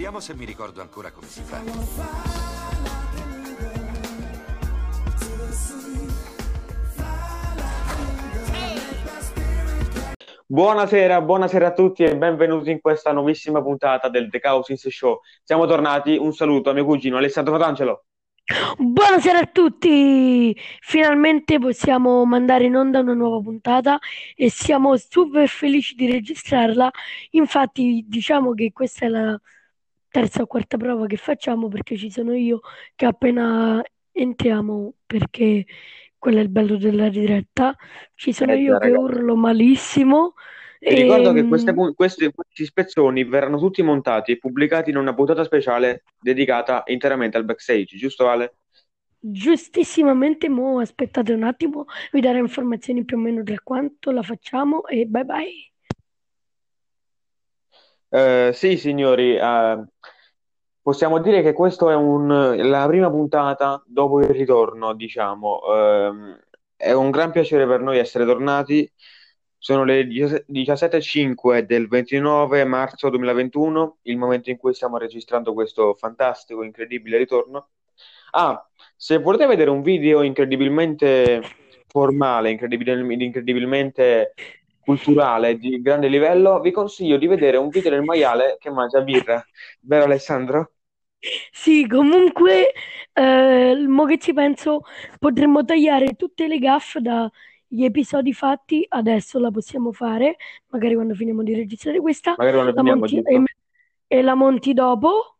Vediamo se mi ricordo ancora come si fa. Buonasera a tutti e benvenuti in questa nuovissima puntata del The Cousins Show. Siamo tornati, un saluto a mio cugino Alessandro Fratangelo. Buonasera a tutti! Finalmente possiamo mandare in onda una nuova puntata e siamo super felici di registrarla. Infatti, diciamo che questa è la terza o quarta prova che facciamo perché ci sono io che appena entriamo, perché quello è il bello della diretta, ci sono io Già, che ragazzi. urlo malissimo Vi e ricordo che questi spezzoni verranno tutti montati e pubblicati in una puntata speciale dedicata interamente al backstage, giusto Ale? giustissimamente mo aspettate un attimo, vi darò informazioni più o meno del quanto la facciamo e bye bye. Sì, signori, possiamo dire che questa è la prima puntata dopo il ritorno, diciamo. È un gran piacere per noi essere tornati. Sono le 17:05 del 29 marzo 2021, il momento in cui stiamo registrando questo fantastico, incredibile ritorno. Ah, se volete vedere un video incredibilmente formale, incredibilmente culturale, di grande livello, vi consiglio di vedere un video del maiale che mangia birra. Vero Alessandro? Sì, comunque, mo che ci penso, potremmo tagliare tutte le gaffe dagli episodi fatti, adesso la possiamo fare, magari quando finiamo di registrare questa, Magari quando la finiamo, monti, giusto? e la monti dopo,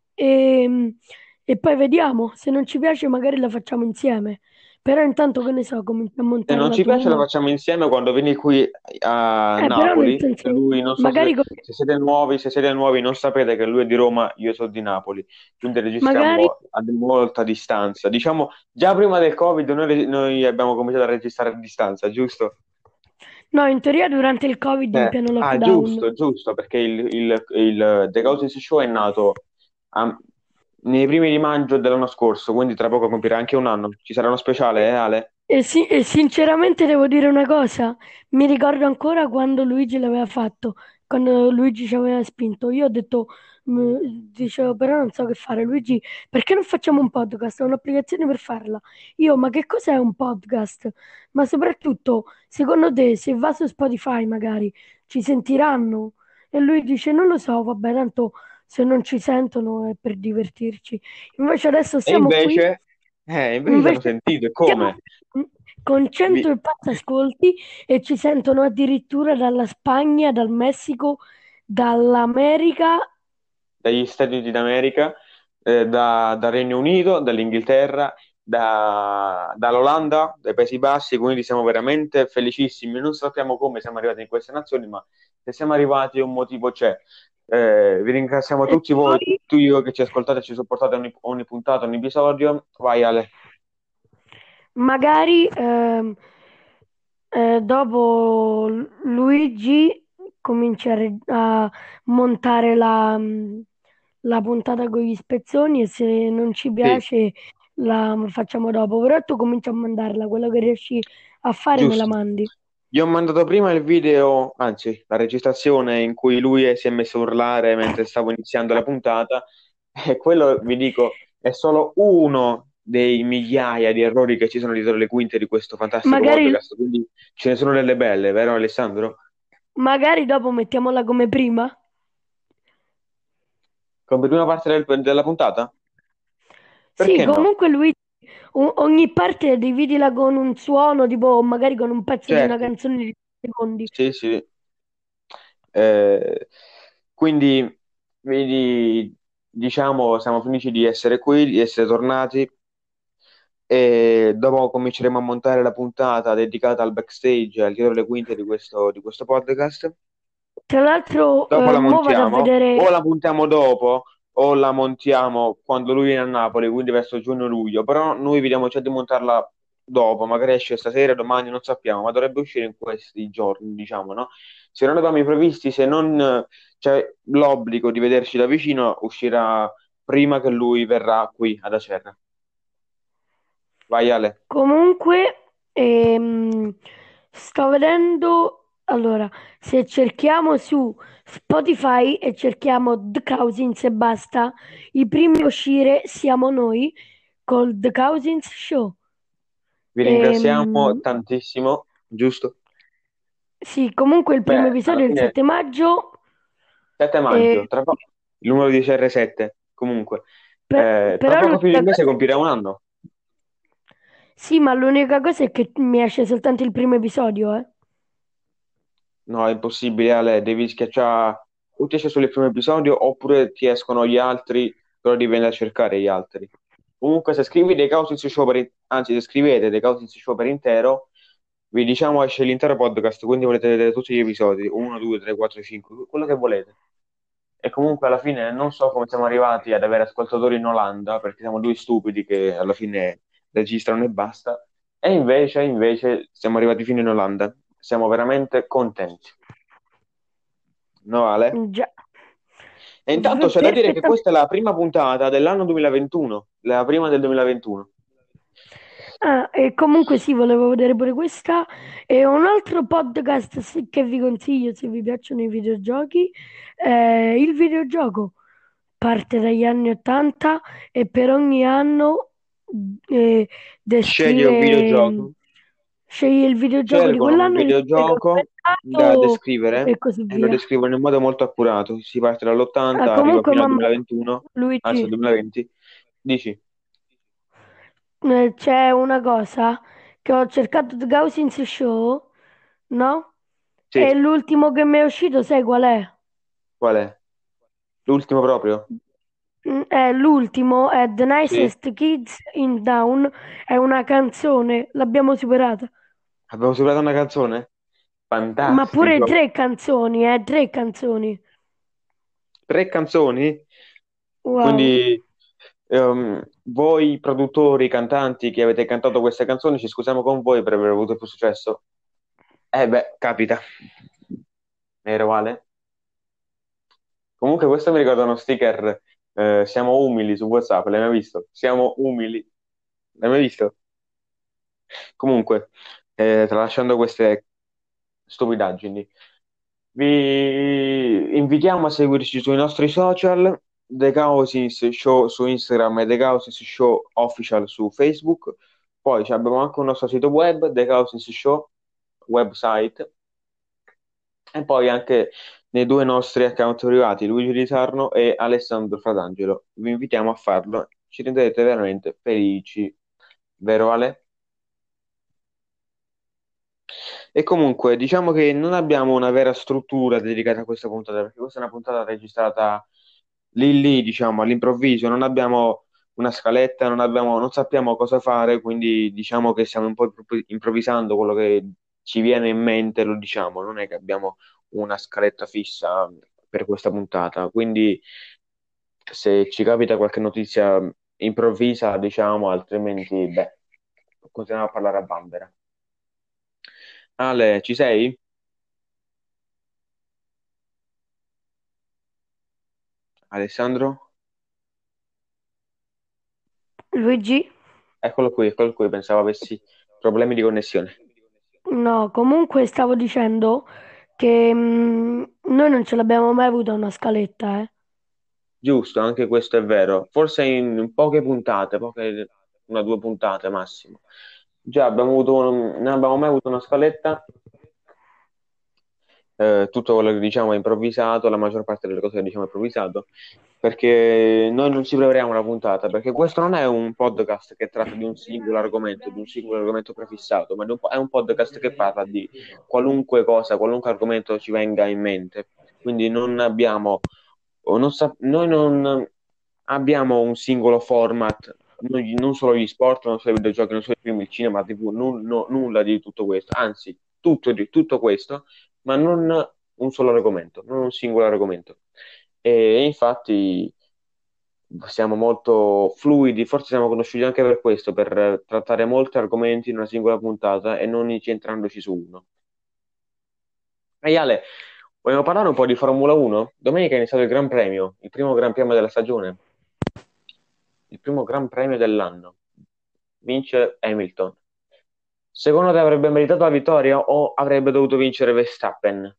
e poi vediamo, se non ci piace magari la facciamo insieme, però intanto che ne so, cominci a Se non montarla ci tu, piace, la facciamo insieme quando vieni qui a però nel Napoli. Che senso, lui, non so magari, se siete nuovi, non sapete che lui è di Roma, io sono di Napoli, quindi magari, registriamo a molta distanza. Diciamo, già prima del Covid noi abbiamo cominciato a registrare a distanza, giusto? no, in teoria durante il Covid in pieno lockdown. Giusto, perché il The Cousins Show è nato a- nei primi di maggio dell'anno scorso, quindi tra poco compirà anche un anno. Ci sarà uno speciale, Ale? E sinceramente devo dire una cosa, mi ricordo ancora quando Luigi l'aveva fatto, quando Luigi ci aveva spinto. Io ho detto, dicevo, però non so che fare. Luigi, perché non facciamo un podcast? Ho un'applicazione per farla. Io, ma che cos'è un podcast? Ma soprattutto, secondo te, se va su Spotify magari ci sentiranno? E lui dice, non lo so, vabbè, tanto se non ci sentono è per divertirci. Invece adesso E siamo qui. invece ci hanno Invece sentito, e siamo come? con 100 Vi- e passa ascolti e ci sentono addirittura dalla Spagna, dal Messico, dall'America. Dagli Stati Uniti d'America, dal Regno Unito, dall'Inghilterra, dall'Olanda, dai Paesi Bassi, quindi siamo veramente felicissimi. Non sappiamo come siamo arrivati in queste nazioni, ma se siamo arrivati un motivo c'è. Vi ringraziamo E tutti voi, poi tutti voi che ci ascoltate e ci sopportate ogni puntata, ogni episodio. Vai Ale. magari dopo Luigi comincia a montare la puntata con gli spezzoni e se non ci Sì, piace la facciamo dopo. Però tu cominci a mandarla, quello che riesci a fare me la giusto. mandi. Gli ho mandato prima il video, anzi, la registrazione in cui lui si è messo a urlare mentre stavo iniziando la puntata, e quello, vi dico, è solo uno dei migliaia di errori che ci sono dietro le quinte di questo fantastico Magari, podcast, quindi ce ne sono delle belle, vero Alessandro? magari dopo mettiamola come prima. Come prima parte della puntata? Sì, Perché no? comunque lui ogni parte dividila con un suono, tipo magari con un pezzo di una Certo, canzone di secondi. sì, sì. Eh, quindi, vedi, diciamo, siamo felici di essere qui, di essere tornati. E dopo cominceremo a montare la puntata dedicata al backstage, al dietro le quinte di questo podcast. Tra l'altro, Dopo la mo vado a montiamo, o vedere, la montiamo dopo, o la montiamo quando lui viene a Napoli, quindi verso giugno-luglio. Però noi vediamo già di montarla dopo, magari esce stasera, domani, non sappiamo, ma dovrebbe uscire in questi giorni, diciamo, no? Se non abbiamo i previsti, se non c'è l'obbligo di vederci da vicino, uscirà prima che lui verrà qui ad Acerra. Vai Ale. comunque, sto vedendo. Allora, se cerchiamo su Spotify e cerchiamo The Cousins e basta, i primi a uscire siamo noi col The Cousins Show. Vi ringraziamo Ehm, tantissimo, giusto? sì, comunque il primo Beh, alla episodio è il fine 7 maggio. 7 e- maggio, tra poco il numero di CR7, comunque. Tra Però poco più di l'unica un mese cosa... compirà un anno. Sì, ma l'unica cosa è che mi esce soltanto il primo episodio, eh. No, è impossibile, Ale, devi schiacciare o ti esce solo il primo episodio oppure ti escono gli altri, però devi andare a cercare gli altri. Comunque, se scrivi dei Cousins Show anzi, se scrivete dei Cousins Show per intero, vi diciamo esce l'intero podcast, quindi volete vedere tutti gli episodi, 1, 2, 3, 4, 5, quello che volete. E comunque alla fine non so come siamo arrivati ad avere ascoltatori in Olanda, perché siamo due stupidi che alla fine registrano e basta. E invece siamo arrivati fino in Olanda. Siamo veramente contenti. No, Ale? Già. E intanto c'è da dire che questa Perfettamente. è la prima puntata dell'anno 2021, la prima del 2021. Ah, e comunque sì, volevo vedere pure questa. E un altro podcast che vi consiglio se vi piacciono i videogiochi è il videogioco. Parte dagli anni 80 e per ogni anno eh, Scegli un descrive, videogioco, sceglie il videogioco di scelgono un quell'anno e li spiega il videogioco da mercato descrivere e così e lo via. descrivono in modo molto accurato. Si parte Ah, dall'80, arriva comunque, fino al mamma, 2021, anzi al Luigi. 2020. Dici? C'è una cosa che ho cercato The Gausins Show, no? E Sì, l'ultimo che mi è uscito, sai qual è? qual è? L'ultimo proprio? È l'ultimo, è The Sì. Nicest Kids in Town, è una canzone, l'abbiamo superata. Abbiamo superato una canzone? Ma pure Fantastico. tre canzoni, tre canzoni. 3 canzoni? Wow. Quindi voi produttori, cantanti che avete cantato queste canzoni, ci scusiamo con voi per aver avuto più successo. Beh, capita. Vero, Vale? Comunque questo mi ricorda uno sticker, siamo umili su WhatsApp, l'hai mai visto? Siamo umili. L'hai mai visto? Comunque, tralasciando queste stupidaggini, vi invitiamo a seguirci sui nostri social, The Chaosins Show su Instagram e The Chaosins Show Official su Facebook. Poi abbiamo anche un nostro sito web, The Chaosins Show website, e poi anche nei due nostri account privati, Luigi Di Sarno e Alessandro Fratangelo. Vi invitiamo a farlo, ci renderete veramente felici, vero Ale? E comunque, diciamo che non abbiamo una vera struttura dedicata a questa puntata, perché questa è una puntata registrata lì, diciamo, all'improvviso, non abbiamo una scaletta, non sappiamo cosa fare, quindi diciamo che stiamo un po' improvvisando quello che ci viene in mente, lo diciamo, non è che abbiamo una scaletta fissa per questa puntata, quindi se ci capita qualche notizia improvvisa, diciamo, altrimenti, beh, continuiamo a parlare a bambera. Ale, ci sei? Alessandro? Luigi? Eccolo qui, pensavo avessi problemi di connessione. No, comunque stavo dicendo che noi non ce l'abbiamo mai avuta una scaletta, eh. Giusto, anche questo è vero. Forse in poche puntate, una o due puntate massimo. Già abbiamo avuto non abbiamo mai avuto una scaletta, tutto quello che diciamo è improvvisato, la maggior parte delle cose che diciamo è improvvisato, perché noi non ci prepariamo la puntata, perché questo non è un podcast che tratta di un singolo argomento prefissato, ma è un podcast che parla di qualunque cosa, qualunque argomento ci venga in mente. Quindi non abbiamo, noi non abbiamo un singolo format, non solo gli sport, non solo i videogiochi, non solo i film, il cinema, la TV, nulla di tutto questo, anzi, tutto di tutto questo ma non un solo argomento, non un singolo argomento. E infatti siamo molto fluidi, forse siamo conosciuti anche per questo, per trattare molti argomenti in una singola puntata e non incentrandoci su uno. E Ale, vogliamo parlare un po' di Formula 1? Domenica è iniziato il Gran Premio, il primo Gran Premio della stagione, il primo Gran Premio dell'anno. Vince Hamilton. Secondo te avrebbe meritato la vittoria o avrebbe dovuto vincere Verstappen?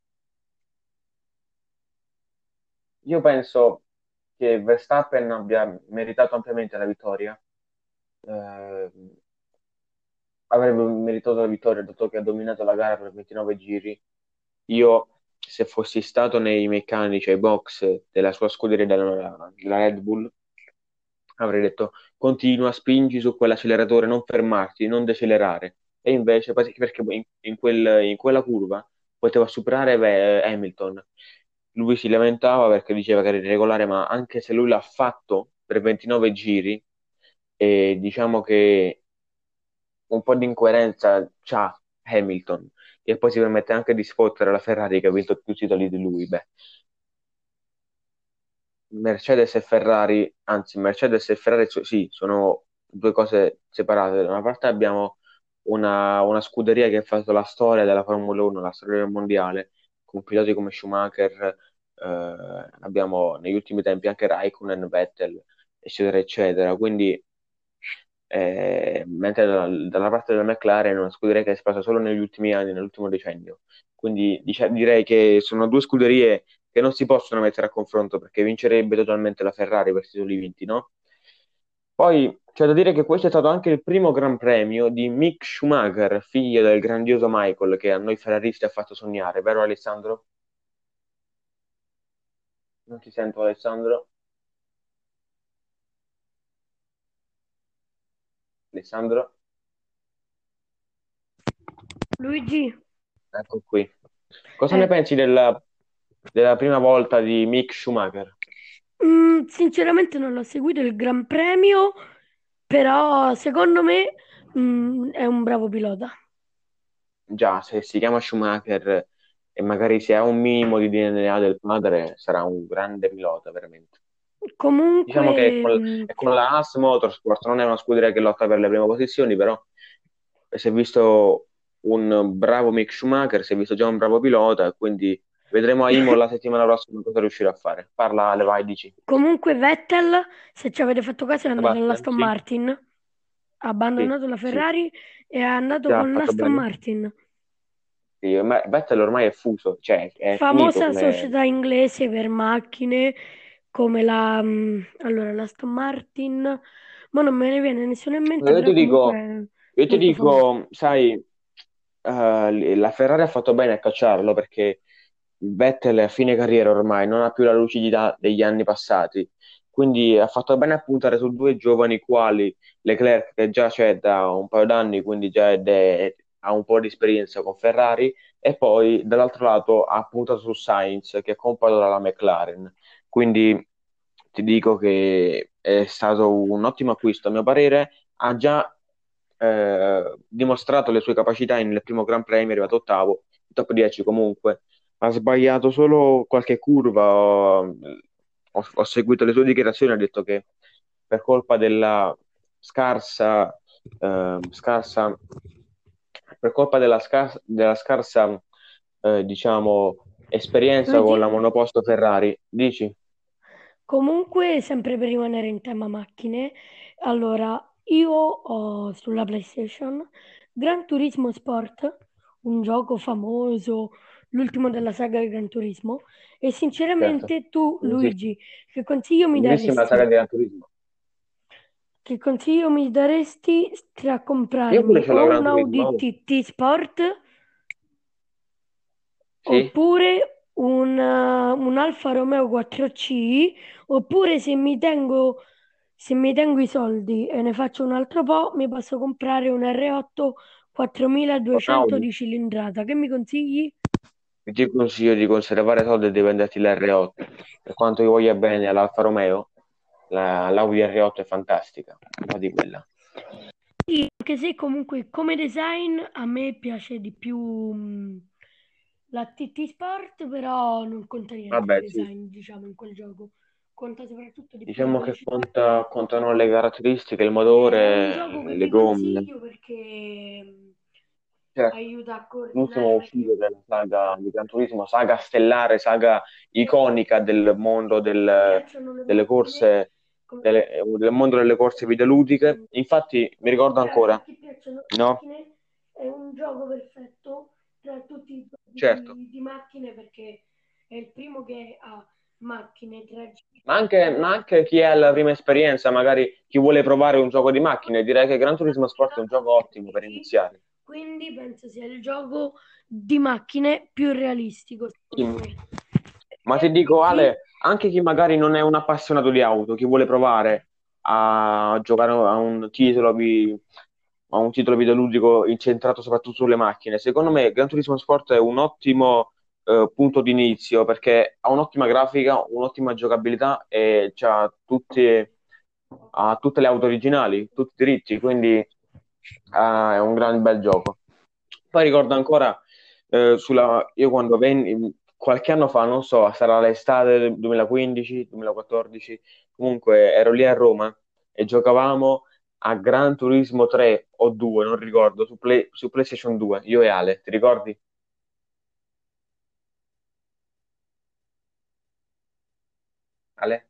Io penso che Verstappen abbia meritato ampiamente la vittoria. Eh, avrebbe meritato la vittoria dato che ha dominato la gara per 29 giri. Io, se fossi stato nei meccanici, ai box della sua scuderia della Red Bull, avrei detto continua, spingi su quell'acceleratore, non fermarti, non decelerare. E invece, perché in quella curva poteva superare Hamilton. Lui si lamentava perché diceva che era irregolare, ma anche se lui l'ha fatto per 29 giri, diciamo che un po' di incoerenza c'ha Hamilton, e poi si permette anche di sfottere la Ferrari che ha vinto più titoli di lui. Beh, Mercedes e Ferrari, anzi, Mercedes e Ferrari sì, sono due cose separate. Da una parte abbiamo una scuderia che ha fatto la storia della Formula 1, la storia del mondiale, con piloti come Schumacher, abbiamo negli ultimi tempi anche Raikkonen, Vettel, eccetera, eccetera. Quindi mentre dalla parte della McLaren è una scuderia che è esplasa solo negli ultimi anni, nell'ultimo decennio. Quindi direi che sono due scuderie che non si possono mettere a confronto perché vincerebbe totalmente la Ferrari per titoli vinti, no? Poi c'è da dire che questo è stato anche il primo Gran Premio di Mick Schumacher, figlio del grandioso Michael, che a noi ferraristi ha fatto sognare, vero Alessandro? Non ti sento, Alessandro? Alessandro? Luigi, Ecco qui. Cosa ne eh, pensi della prima volta di Mick Schumacher? sinceramente non l'ho seguito il Gran Premio, però secondo me, è un bravo pilota. Già, se si chiama Schumacher e magari se ha un minimo di DNA del padre, sarà un grande pilota, veramente. Comunque, Diciamo che è con la Haas Motorsport, non è una scuderia che lotta per le prime posizioni, però si è visto un bravo Mick Schumacher, si è visto già un bravo pilota, e quindi vedremo a Imola la settimana prossima cosa riuscirà a fare. Parla, Ale, vai, dici. comunque Vettel, se ci avete fatto caso, è andato Sebastian? all'Aston Sì, Martin, ha sì, abbandonato la sì, Ferrari e è andato già ha con fatto l'Aston bene. Martin, Sì, Vettel ormai è fuso, cioè è finito famosa come. società inglese per macchine come allora, l'Aston Martin, ma non me ne viene nessuno in mente, Io però ti comunque dico, è io ti molto famosa. dico, sai, la Ferrari ha fatto bene a cacciarlo perché Vettel a fine carriera ormai non ha più la lucidità degli anni passati, quindi ha fatto bene a puntare su due giovani quali Leclerc, che già c'è da un paio d'anni, quindi già ha un po' di esperienza con Ferrari, e poi dall'altro lato ha puntato su Sainz, che è comprato dalla McLaren. Quindi ti dico che è stato un ottimo acquisto, a mio parere. Ha già dimostrato le sue capacità nel primo Gran Premio, è arrivato ottavo, top 10 comunque. Ha sbagliato solo qualche curva. Ho seguito le sue dichiarazioni, ha detto che per colpa della scarsa, scarsa per colpa della scarsa, diciamo, esperienza con Luigi, la monoposto Ferrari. Dici? comunque, sempre per rimanere in tema macchine, allora io ho sulla PlayStation Gran Turismo Sport, un gioco famoso, l'ultimo della saga Gran Turismo, e Certo. sinceramente tu, Famosissimo. Luigi, che consiglio mi Bellissima saga daresti? di Gran Turismo. Che consiglio mi daresti tra Io pure comprarmi ce l'ho o Gran un Turismo. Audi Oh. TT Sport Sì? oppure un Alfa Romeo 4C, oppure se mi tengo i soldi e ne faccio un altro po', mi posso comprare un R8 Un 4200 Audi. di cilindrata. Che mi consigli? Io ti consiglio di conservare soldi e di venderti l'R8. Per quanto io voglia bene all'Alfa Romeo, l'Audi R8 è fantastica. Va di quella. Sì, anche se comunque come design a me piace di più la TT Sport, però non conta niente il Vabbè, sì. design, diciamo, in quel gioco. Conta soprattutto di più la Diciamo che velocità e l'auto. contano le caratteristiche, il È un gioco motore, che le vi gomme. consiglio perché Certo. aiuta a L'ultimo coordinare meglio. uscito della saga di Gran Turismo, saga stellare, saga iconica del mondo Mi piacciono le delle macchine corse, come del mondo delle corse videoludiche. Infatti, mi ricordo comunque a ancora, chi piacciono le no? macchine è un gioco perfetto tra tutti i certo. giochi di macchine perché è il primo che ha macchine, Ma anche chi ha la prima esperienza, magari chi vuole provare un gioco di macchine, direi che Gran Turismo Sport è un gioco ottimo per iniziare. quindi penso sia il gioco di macchine più realistico, secondo Sì. me. Ma E ti dico, quindi Ale, anche chi magari non è un appassionato di auto, chi vuole provare a giocare a un titolo videoludico incentrato soprattutto sulle macchine, secondo me Gran Turismo Sport è un ottimo punto di inizio perché ha un'ottima grafica, un'ottima giocabilità e ha tutte le auto originali, tutti i diritti, quindi è un gran bel gioco. Poi ricordo ancora io quando venni qualche anno fa, non so, sarà l'estate del 2015, 2014, comunque ero lì a Roma e giocavamo a Gran Turismo 3 o 2, non ricordo, su PlayStation 2, io e Ale, ti ricordi? Ale?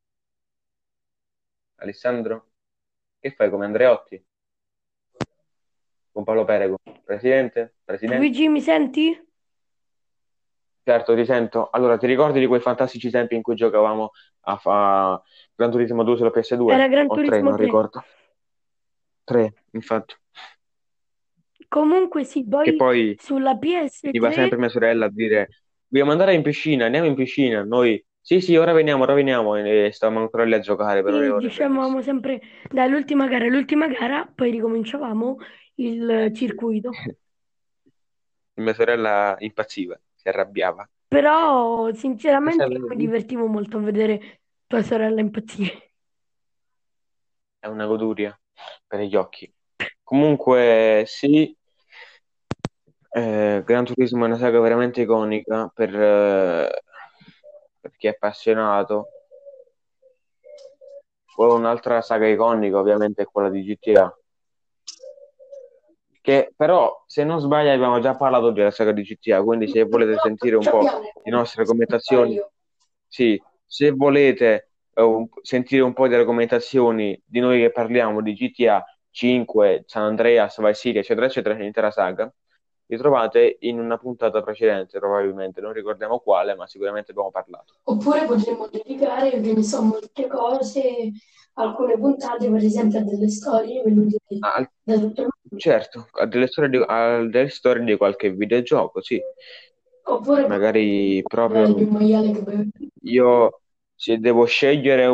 Alessandro? Che fai come Andreotti? Con Paolo Perego? Presidente? Presidente? Luigi, mi senti? Certo, ti sento. Allora, ti ricordi di quei fantastici tempi in cui giocavamo a Gran Turismo 2 sulla PS2? Era Gran O 3, Turismo non 3. ricordo. 3, infatti. Comunque sì, Che poi poi sulla veniva sempre PS3 mia sorella a dire: Dobbiamo andare in piscina, andiamo in piscina. Noi, sì, sì, ora veniamo. E stavamo ancora lì a giocare per ore e sì, ore, dicevamo bellissimo. sempre dai l'ultima gara, poi ricominciavamo il Sì. circuito. Mia sorella impazziva, si arrabbiava. Però Questa sinceramente io mi divertivo molto a vedere tua sorella impazzire. è una goduria per gli occhi. Comunque, sì, Gran Turismo è una saga veramente iconica per chi è appassionato. Poi un'altra saga iconica, ovviamente, è quella di GTA. Che però, se non sbaglio, abbiamo già parlato della saga di GTA, quindi se volete sentire un po' le nostre argomentazioni, sì, se volete sentire un po' di argomentazioni di noi che parliamo di GTA 5, San Andreas, Vice City, eccetera, eccetera, l'intera saga, li trovate in una puntata precedente, probabilmente, non ricordiamo quale, ma sicuramente abbiamo parlato. Oppure potremmo dedicare, che ne so, molte cose, alcune puntate, per esempio, a delle storie venute Ah, da tutto il mondo. certo, a delle storie di qualche videogioco, sì, Oppure magari parlare di proprio un maiale che beve. io se devo scegliere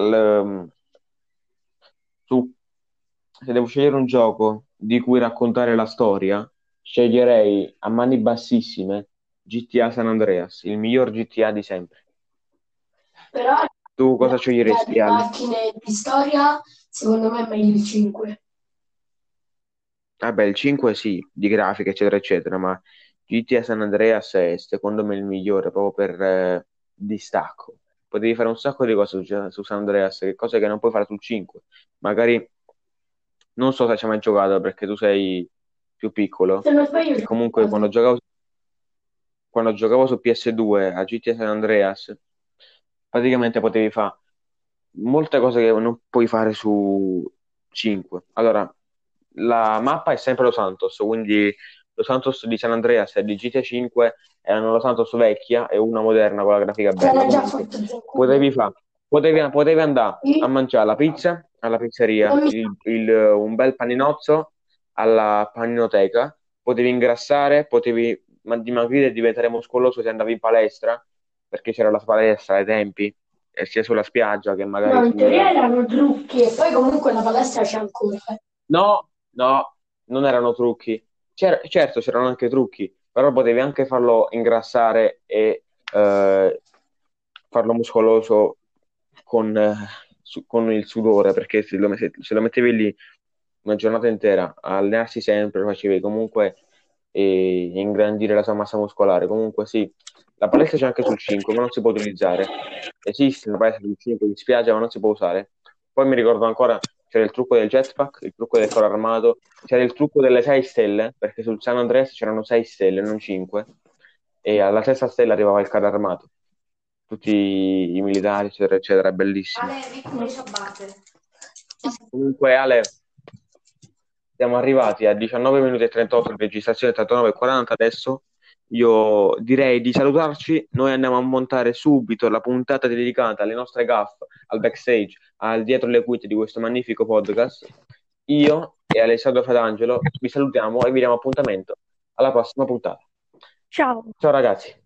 su- se devo scegliere un gioco di cui raccontare la storia, sceglierei a mani bassissime GTA San Andreas, il miglior GTA di sempre. Però Tu cosa grafica sceglieresti, di Ale? macchine di storia, secondo me è meglio il 5. Vabbè, il 5 sì, di grafica, eccetera, eccetera, ma GTA San Andreas è secondo me il migliore proprio per distacco. Potevi fare un sacco di cose su San Andreas, che cose che non puoi fare sul 5. Magari non so se ci hai mai giocato perché tu sei più piccolo. Se non sbaglio, E ci ho comunque giocato. quando giocavo su PS2 a GTA San Andreas, praticamente potevi fare molte cose che non puoi fare su 5. Allora, la mappa è sempre Los Santos, quindi Los Santos di San Andreas e di GTA 5 erano Los Santos vecchia e una moderna con la grafica bella. Sarà già Comunque, fatto il gioco. potevi fa- potevi andare a Sì, mangiare la pizza alla pizzeria, non mi sa. un bel paninozzo alla paninoteca, potevi ingrassare, potevi dimagrire e diventare muscoloso se andavi in palestra, perché c'era la palestra ai tempi, sia sulla spiaggia che No, magari in teoria sul... erano trucchi e poi comunque la palestra c'è ancora. No, no, non erano trucchi. Certo, c'erano anche trucchi, però potevi anche farlo ingrassare e farlo muscoloso con il sudore, perché se lo mettevi lì una giornata intera a allenarsi sempre, lo facevi comunque ingrandire la sua massa muscolare. Comunque sì, la palestra c'è anche sul 5, ma non si può utilizzare. Esiste la palestra sul 5 in spiaggia, ma non si può usare. Poi mi ricordo ancora, c'era il trucco del jetpack, il trucco del carro armato, c'era il trucco delle 6 stelle, perché sul San Andreas c'erano 6 stelle, non 5, e alla sesta stella arrivava il carro armato. Tutti i militari, eccetera, eccetera, bellissimo. Ale, vieni con le ciabatte. Comunque, Ale, Siamo arrivati a 19 minuti e 38 in registrazione, 39 e 40 adesso. Io direi di salutarci. Noi andiamo a montare subito la puntata dedicata alle nostre gaffe, al backstage, al dietro le quinte di questo magnifico podcast. Io e Alessandro Fratangelo vi salutiamo e vi diamo appuntamento alla prossima puntata. Ciao. Ciao ragazzi.